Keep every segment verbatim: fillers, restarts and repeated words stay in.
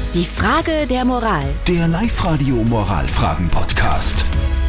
Die Frage der Moral. Der Live-Radio-Moralfragen-Podcast.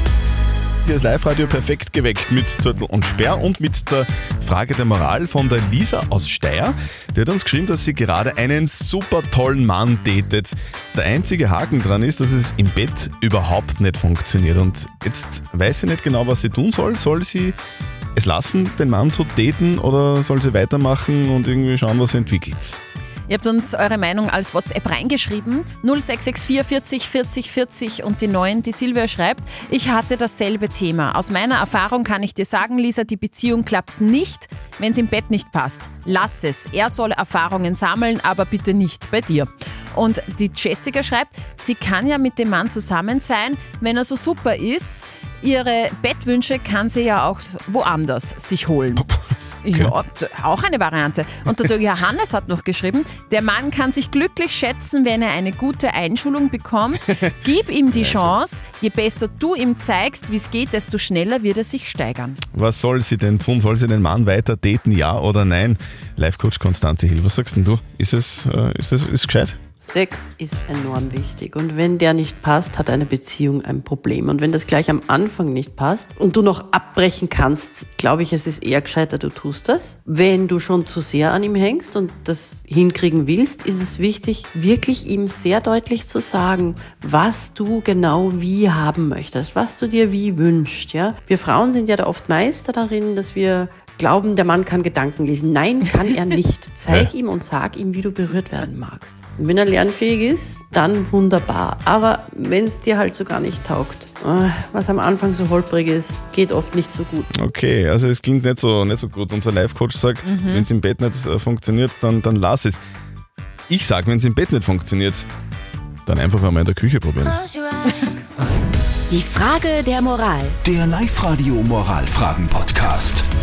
Hier ist Live-Radio perfekt geweckt mit Zürtel und Sperr und mit der Frage der Moral von der Lisa aus Steyr. Die hat uns geschrieben, dass sie gerade einen super tollen Mann datet. Der einzige Haken dran ist, dass es im Bett überhaupt nicht funktioniert. Und jetzt weiß sie nicht genau, was sie tun soll. Soll sie es lassen, den Mann zu daten, oder soll sie weitermachen und irgendwie schauen, was sie entwickelt? Ihr habt uns eure Meinung als WhatsApp reingeschrieben. null sechs sechs vier vierzig vierzig vierzig und die neun. Die Silvia schreibt, ich hatte dasselbe Thema. Aus meiner Erfahrung kann ich dir sagen, Lisa, die Beziehung klappt nicht, wenn es im Bett nicht passt. Lass es. Er soll Erfahrungen sammeln, aber bitte nicht bei dir. Und die Jessica schreibt, sie kann ja mit dem Mann zusammen sein, wenn er so super ist. Ihre Bettwünsche kann sie ja auch woanders sich holen. Okay. Ja, auch eine Variante. Und der Johannes hat noch geschrieben, der Mann kann sich glücklich schätzen, wenn er eine gute Einschulung bekommt. Gib ihm die Chance. Je besser du ihm zeigst, wie es geht, desto schneller wird er sich steigern. Was soll sie denn tun? Soll sie den Mann weiter daten, ja oder nein? Live-Coach Konstanze Hill, was sagst denn du? Ist es, äh, ist es ist gescheit? Sex ist enorm wichtig und wenn der nicht passt, hat eine Beziehung ein Problem. Und wenn das gleich am Anfang nicht passt und du noch abbrechen kannst, glaube ich, es ist eher gescheiter, du tust das. Wenn du schon zu sehr an ihm hängst und das hinkriegen willst, ist es wichtig, wirklich ihm sehr deutlich zu sagen, was du genau wie haben möchtest, was du dir wie wünschst. Ja? Wir Frauen sind ja da oft Meister darin, dass wir glauben, der Mann kann Gedanken lesen. Nein, kann er nicht. Zeig ihm und sag ihm, wie du berührt werden magst. Und wenn er lernfähig ist, dann wunderbar. Aber wenn es dir halt so gar nicht taugt, was am Anfang so holprig ist, geht oft nicht so gut. Okay, also es klingt nicht so, nicht so gut. Unser Live-Coach sagt, mhm. wenn es im Bett nicht funktioniert, dann, dann lass es. Ich sage, wenn es im Bett nicht funktioniert, dann einfach einmal in der Küche probieren. Die Frage der Moral. Der Live-Radio-Moralfragen-Podcast.